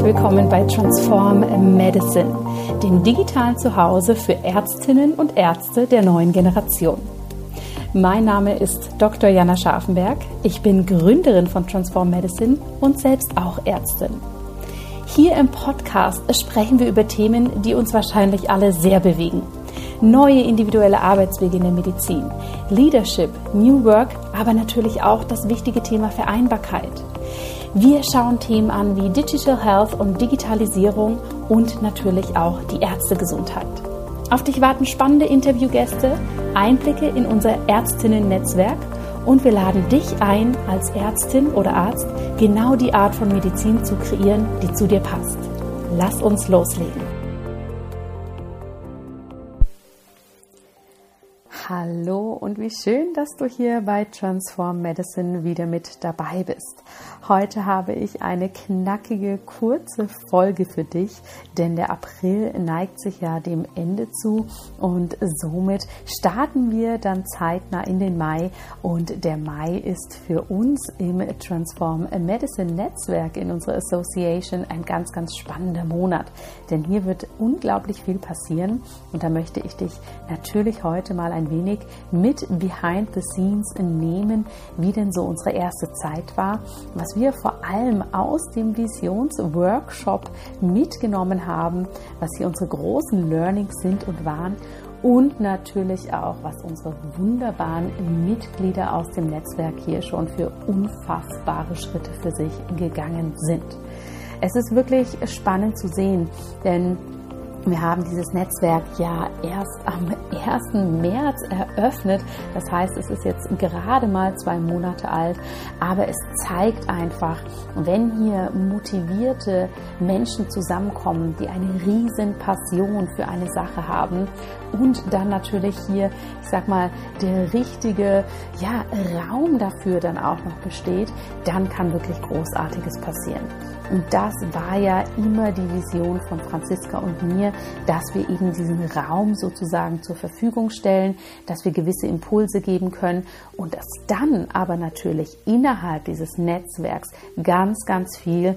willkommen bei Transform Medicine, dem digitalen Zuhause für Ärztinnen und Ärzte der neuen Generation. Mein Name ist Dr. Jana Scharfenberg. Ich bin Gründerin von Transform Medicine und selbst auch Ärztin. Hier im Podcast sprechen wir über Themen, die uns wahrscheinlich alle sehr bewegen. Neue individuelle Arbeitswege in der Medizin, Leadership, New Work, aber natürlich auch das wichtige Thema Vereinbarkeit. Wir schauen Themen an wie Digital Health und Digitalisierung und natürlich auch die Ärztegesundheit. Auf dich warten spannende Interviewgäste, Einblicke in unser Ärztinnen-Netzwerk und wir laden dich ein, als Ärztin oder Arzt genau die Art von Medizin zu kreieren, die zu dir passt. Lass uns loslegen. Hallo und wie schön, dass du hier bei Transform Medicine wieder mit dabei bist. Heute habe ich eine knackige, kurze Folge für dich, denn der April neigt sich ja dem Ende zu und somit starten wir dann zeitnah in den Mai und der Mai ist für uns im Transform Medicine Netzwerk in unserer Association ein ganz, ganz spannender Monat, denn hier wird unglaublich viel passieren und da möchte ich dich natürlich heute mal ein wenig mit Behind the Scenes nehmen, wie denn so unsere erste Zeit war, was wir vor allem aus dem Visionsworkshop mitgenommen haben, was hier unsere großen Learnings sind und waren und natürlich auch, was unsere wunderbaren Mitglieder aus dem Netzwerk hier schon für unfassbare Schritte für sich gegangen sind. Es ist wirklich spannend zu sehen, denn wir haben dieses Netzwerk ja erst am 1. März eröffnet. Das heißt, es ist jetzt gerade mal 2 Monate alt. Aber es zeigt einfach, wenn hier motivierte Menschen zusammenkommen, die eine riesen Passion für eine Sache haben und dann natürlich hier, ich sag mal, der richtige Raum dafür dann auch noch besteht, dann kann wirklich Großartiges passieren. Und das war ja immer die Vision von Franziska und mir, dass wir eben diesen Raum sozusagen zur Verfügung stellen, dass wir gewisse Impulse geben können und dass dann aber natürlich innerhalb dieses Netzwerks ganz, ganz viel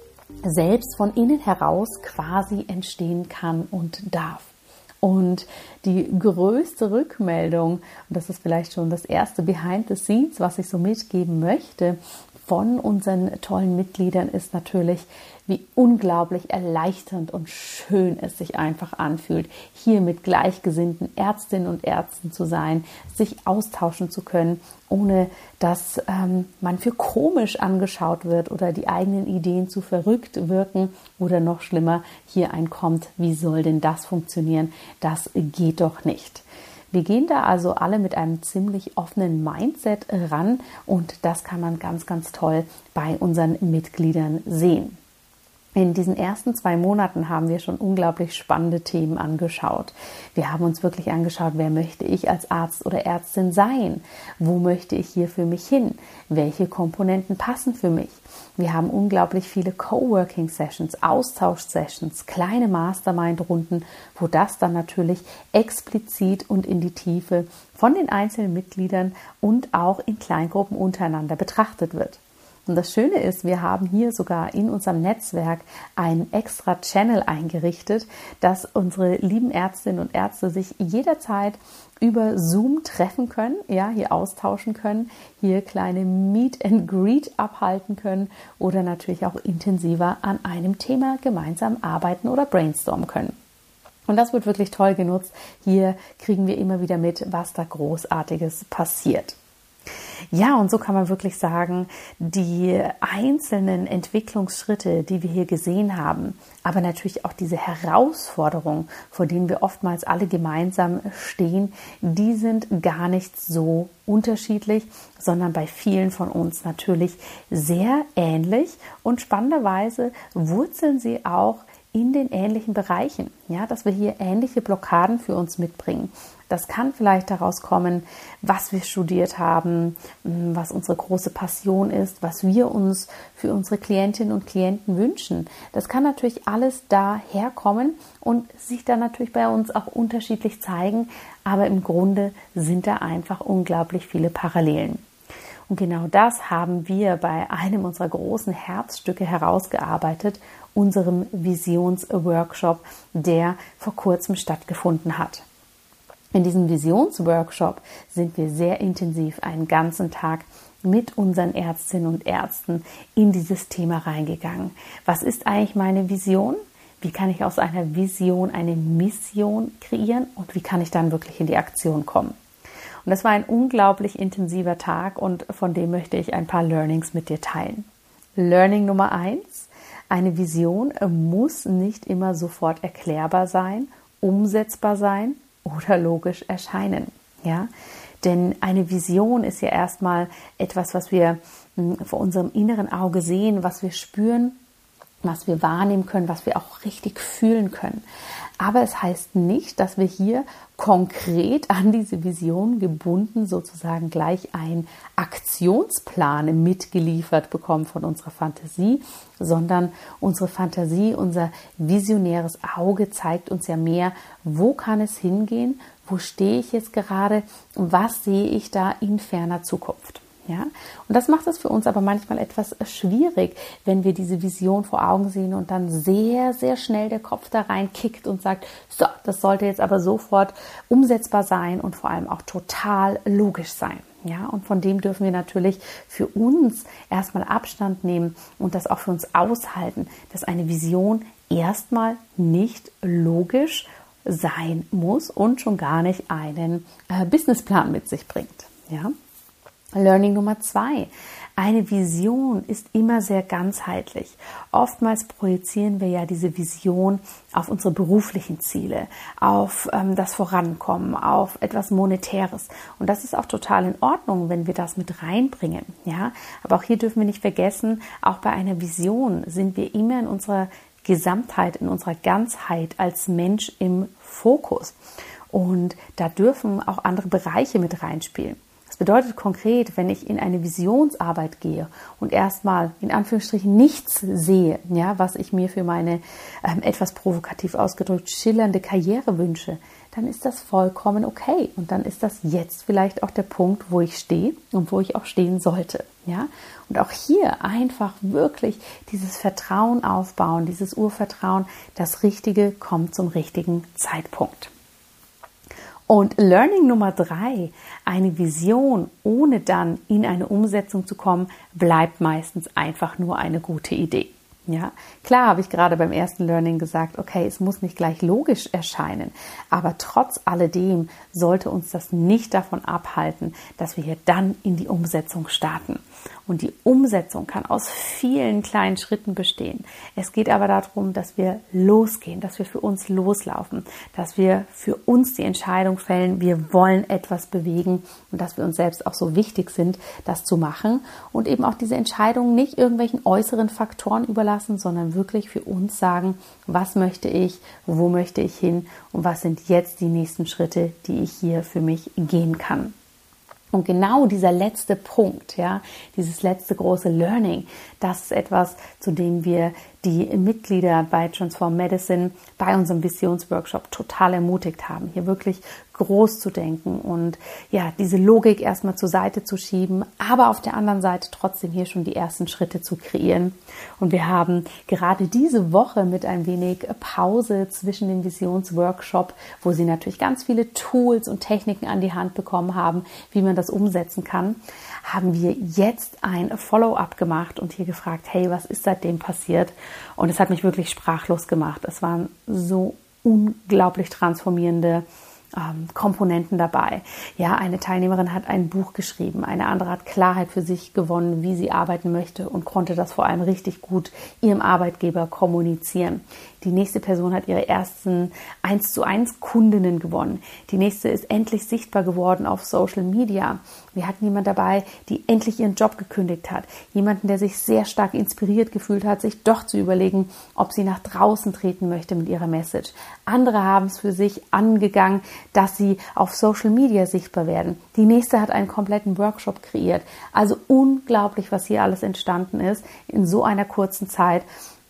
selbst von innen heraus quasi entstehen kann und darf. Und die größte Rückmeldung, und das ist vielleicht schon das erste Behind the Scenes, was ich so mitgeben möchte, von unseren tollen Mitgliedern ist natürlich, wie unglaublich erleichternd und schön es sich einfach anfühlt, hier mit gleichgesinnten Ärztinnen und Ärzten zu sein, sich austauschen zu können, ohne dass man für komisch angeschaut wird oder die eigenen Ideen zu verrückt wirken oder noch schlimmer, hier einkommt, wie soll denn das funktionieren? Das geht doch nicht. Wir gehen da also alle mit einem ziemlich offenen Mindset ran und das kann man ganz, ganz toll bei unseren Mitgliedern sehen. In diesen ersten 2 Monaten haben wir schon unglaublich spannende Themen angeschaut. Wir haben uns wirklich angeschaut, wer möchte ich als Arzt oder Ärztin sein? Wo möchte ich hier für mich hin? Welche Komponenten passen für mich? Wir haben unglaublich viele Coworking-Sessions, Austausch-Sessions, kleine Mastermind-Runden, wo das dann natürlich explizit und in die Tiefe von den einzelnen Mitgliedern und auch in Kleingruppen untereinander betrachtet wird. Und das Schöne ist, wir haben hier sogar in unserem Netzwerk einen extra Channel eingerichtet, dass unsere lieben Ärztinnen und Ärzte sich jederzeit über Zoom treffen können, hier austauschen können, hier kleine Meet and Greet abhalten können oder natürlich auch intensiver an einem Thema gemeinsam arbeiten oder brainstormen können. Und das wird wirklich toll genutzt. Hier kriegen wir immer wieder mit, was da Großartiges passiert. Ja, und so kann man wirklich sagen, die einzelnen Entwicklungsschritte, die wir hier gesehen haben, aber natürlich auch diese Herausforderungen, vor denen wir oftmals alle gemeinsam stehen, die sind gar nicht so unterschiedlich, sondern bei vielen von uns natürlich sehr ähnlich und spannenderweise wurzeln sie auch in den ähnlichen Bereichen, dass wir hier ähnliche Blockaden für uns mitbringen. Das kann vielleicht daraus kommen, was wir studiert haben, was unsere große Passion ist, was wir uns für unsere Klientinnen und Klienten wünschen. Das kann natürlich alles daherkommen und sich dann natürlich bei uns auch unterschiedlich zeigen, aber im Grunde sind da einfach unglaublich viele Parallelen. Und genau das haben wir bei einem unserer großen Herzstücke herausgearbeitet, unserem Visionsworkshop, der vor kurzem stattgefunden hat. In diesem Visionsworkshop sind wir sehr intensiv einen ganzen Tag mit unseren Ärztinnen und Ärzten in dieses Thema reingegangen. Was ist eigentlich meine Vision? Wie kann ich aus einer Vision eine Mission kreieren? Und wie kann ich dann wirklich in die Aktion kommen? Und das war ein unglaublich intensiver Tag und von dem möchte ich ein paar Learnings mit dir teilen. Learning Nummer 1: Eine Vision muss nicht immer sofort erklärbar sein, umsetzbar sein oder logisch erscheinen. Ja? Denn eine Vision ist ja erstmal etwas, was wir vor unserem inneren Auge sehen, was wir spüren, was wir wahrnehmen können, was wir auch richtig fühlen können. Aber es heißt nicht, dass wir hier konkret an diese Vision gebunden sozusagen gleich einen Aktionsplan mitgeliefert bekommen von unserer Fantasie, sondern unsere Fantasie, unser visionäres Auge zeigt uns ja mehr, wo kann es hingehen, wo stehe ich jetzt gerade und was sehe ich da in ferner Zukunft. Ja? Und das macht es für uns aber manchmal etwas schwierig, wenn wir diese Vision vor Augen sehen und dann sehr, sehr schnell der Kopf da rein kickt und sagt, so, das sollte jetzt aber sofort umsetzbar sein und vor allem auch total logisch sein. Ja? Und von dem dürfen wir natürlich für uns erstmal Abstand nehmen und das auch für uns aushalten, dass eine Vision erstmal nicht logisch sein muss und schon gar nicht einen Businessplan mit sich bringt. Ja? Learning Nummer 2. Eine Vision ist immer sehr ganzheitlich. Oftmals projizieren wir ja diese Vision auf unsere beruflichen Ziele, auf das Vorankommen, auf etwas Monetäres. Und das ist auch total in Ordnung, wenn wir das mit reinbringen. Ja? Aber auch hier dürfen wir nicht vergessen, auch bei einer Vision sind wir immer in unserer Gesamtheit, in unserer Ganzheit als Mensch im Fokus. Und da dürfen auch andere Bereiche mit reinspielen. Das bedeutet konkret, wenn ich in eine Visionsarbeit gehe und erstmal in Anführungsstrichen nichts sehe, ja, was ich mir für meine etwas provokativ ausgedrückt schillernde Karriere wünsche, dann ist das vollkommen okay. Und dann ist das jetzt vielleicht auch der Punkt, wo ich stehe und wo ich auch stehen sollte. Ja? Und auch hier einfach wirklich dieses Vertrauen aufbauen, dieses Urvertrauen, das Richtige kommt zum richtigen Zeitpunkt. Und Learning Nummer 3, eine Vision, ohne dann in eine Umsetzung zu kommen, bleibt meistens einfach nur eine gute Idee. Ja, klar habe ich gerade beim ersten Learning gesagt, okay, es muss nicht gleich logisch erscheinen, aber trotz alledem sollte uns das nicht davon abhalten, dass wir hier dann in die Umsetzung starten. Und die Umsetzung kann aus vielen kleinen Schritten bestehen. Es geht aber darum, dass wir losgehen, dass wir für uns loslaufen, dass wir für uns die Entscheidung fällen, wir wollen etwas bewegen und dass wir uns selbst auch so wichtig sind, das zu machen und eben auch diese Entscheidung nicht irgendwelchen äußeren Faktoren überlassen, sondern wirklich für uns sagen, was möchte ich, wo möchte ich hin und was sind jetzt die nächsten Schritte, die ich hier für mich gehen kann. Und genau dieser letzte Punkt, ja, dieses letzte große Learning, das ist etwas, zu dem wir die Mitglieder bei Transform Medicine bei unserem Visionsworkshop total ermutigt haben, hier wirklich groß zu denken und ja, diese Logik erstmal zur Seite zu schieben, aber auf der anderen Seite trotzdem hier schon die ersten Schritte zu kreieren. Und wir haben gerade diese Woche mit ein wenig Pause zwischen dem Visionsworkshop, wo Sie natürlich ganz viele Tools und Techniken an die Hand bekommen haben, wie man das umsetzen kann, haben wir jetzt ein Follow-up gemacht und hier gefragt, hey, was ist seitdem passiert? Und es hat mich wirklich sprachlos gemacht. Es waren so unglaublich transformierende Komponenten dabei. Ja, eine Teilnehmerin hat ein Buch geschrieben, eine andere hat Klarheit für sich gewonnen, wie sie arbeiten möchte und konnte das vor allem richtig gut ihrem Arbeitgeber kommunizieren. Die nächste Person hat ihre ersten 1:1 Kundinnen gewonnen. Die nächste ist endlich sichtbar geworden auf Social Media. Wir hatten jemanden dabei, die endlich ihren Job gekündigt hat. Jemanden, der sich sehr stark inspiriert gefühlt hat, sich doch zu überlegen, ob sie nach draußen treten möchte mit ihrer Message. Andere haben es für sich angegangen, dass sie auf Social Media sichtbar werden. Die nächste hat einen kompletten Workshop kreiert. Also unglaublich, was hier alles entstanden ist in so einer kurzen Zeit.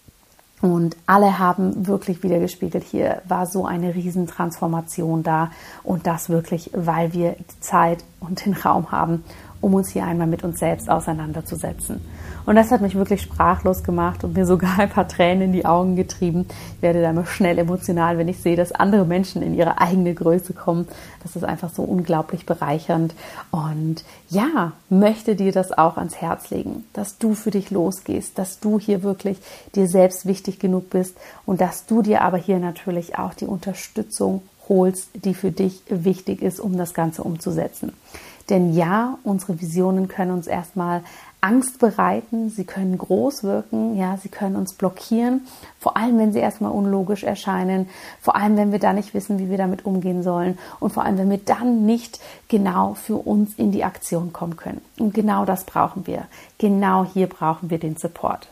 Und alle haben wirklich wieder gespiegelt, hier war so eine Riesentransformation da und das wirklich, weil wir die Zeit und den Raum haben, um uns hier einmal mit uns selbst auseinanderzusetzen. Und das hat mich wirklich sprachlos gemacht und mir sogar ein paar Tränen in die Augen getrieben. Ich werde da immer schnell emotional, wenn ich sehe, dass andere Menschen in ihre eigene Größe kommen. Das ist einfach so unglaublich bereichernd. Und ja, möchte dir das auch ans Herz legen, dass du für dich losgehst, dass du hier wirklich dir selbst wichtig genug bist und dass du dir aber hier natürlich auch die Unterstützung holst, die für dich wichtig ist, um das Ganze umzusetzen. Denn ja, unsere Visionen können uns erstmal Angst bereiten, sie können groß wirken, ja, sie können uns blockieren, vor allem wenn sie erstmal unlogisch erscheinen, vor allem wenn wir da nicht wissen, wie wir damit umgehen sollen und vor allem wenn wir dann nicht genau für uns in die Aktion kommen können. Und genau das brauchen wir. Genau hier brauchen wir den Support.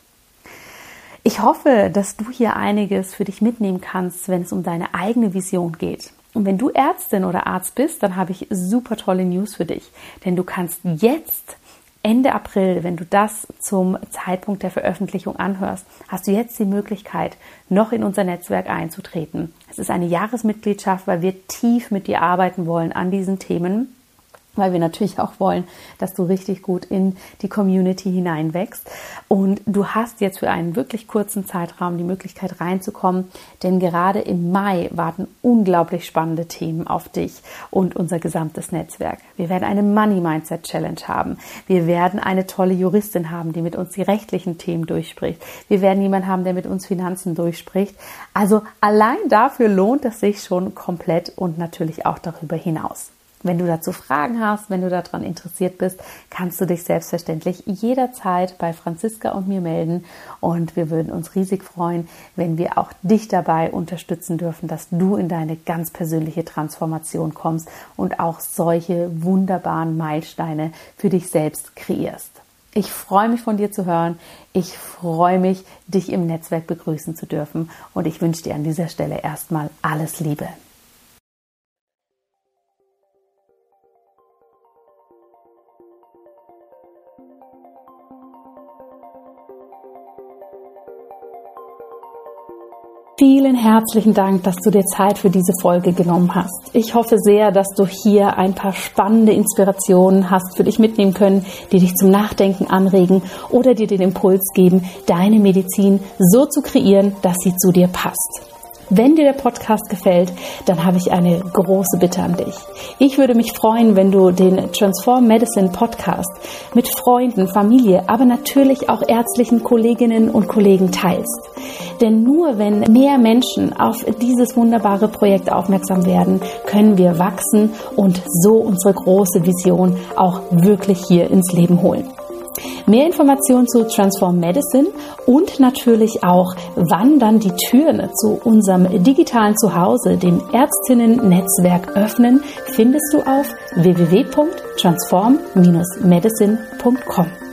Ich hoffe, dass du hier einiges für dich mitnehmen kannst, wenn es um deine eigene Vision geht. Und wenn du Ärztin oder Arzt bist, dann habe ich super tolle News für dich. Denn du kannst jetzt Ende April, wenn du das zum Zeitpunkt der Veröffentlichung anhörst, hast du jetzt die Möglichkeit, noch in unser Netzwerk einzutreten. Es ist eine Jahresmitgliedschaft, weil wir tief mit dir arbeiten wollen an diesen Themen, weil wir natürlich auch wollen, dass du richtig gut in die Community hineinwächst. Und du hast jetzt für einen wirklich kurzen Zeitraum die Möglichkeit reinzukommen, denn gerade im Mai warten unglaublich spannende Themen auf dich und unser gesamtes Netzwerk. Wir werden eine Money Mindset Challenge haben. Wir werden eine tolle Juristin haben, die mit uns die rechtlichen Themen durchspricht. Wir werden jemanden haben, der mit uns Finanzen durchspricht. Also allein dafür lohnt es sich schon komplett und natürlich auch darüber hinaus. Wenn du dazu Fragen hast, wenn du daran interessiert bist, kannst du dich selbstverständlich jederzeit bei Franziska und mir melden und wir würden uns riesig freuen, wenn wir auch dich dabei unterstützen dürfen, dass du in deine ganz persönliche Transformation kommst und auch solche wunderbaren Meilensteine für dich selbst kreierst. Ich freue mich, von dir zu hören. Ich freue mich, dich im Netzwerk begrüßen zu dürfen und ich wünsche dir an dieser Stelle erstmal alles Liebe. Vielen herzlichen Dank, dass du dir Zeit für diese Folge genommen hast. Ich hoffe sehr, dass du hier ein paar spannende Inspirationen hast für dich mitnehmen können, die dich zum Nachdenken anregen oder dir den Impuls geben, deine Medizin so zu kreieren, dass sie zu dir passt. Wenn dir der Podcast gefällt, dann habe ich eine große Bitte an dich. Ich würde mich freuen, wenn du den Transform Medicine Podcast mit Freunden, Familie, aber natürlich auch ärztlichen Kolleginnen und Kollegen teilst. Denn nur wenn mehr Menschen auf dieses wunderbare Projekt aufmerksam werden, können wir wachsen und so unsere große Vision auch wirklich hier ins Leben holen. Mehr Informationen zu Transform Medicine und natürlich auch, wann dann die Türen zu unserem digitalen Zuhause, dem Ärztinnen-Netzwerk öffnen, findest du auf www.transform-medicine.com.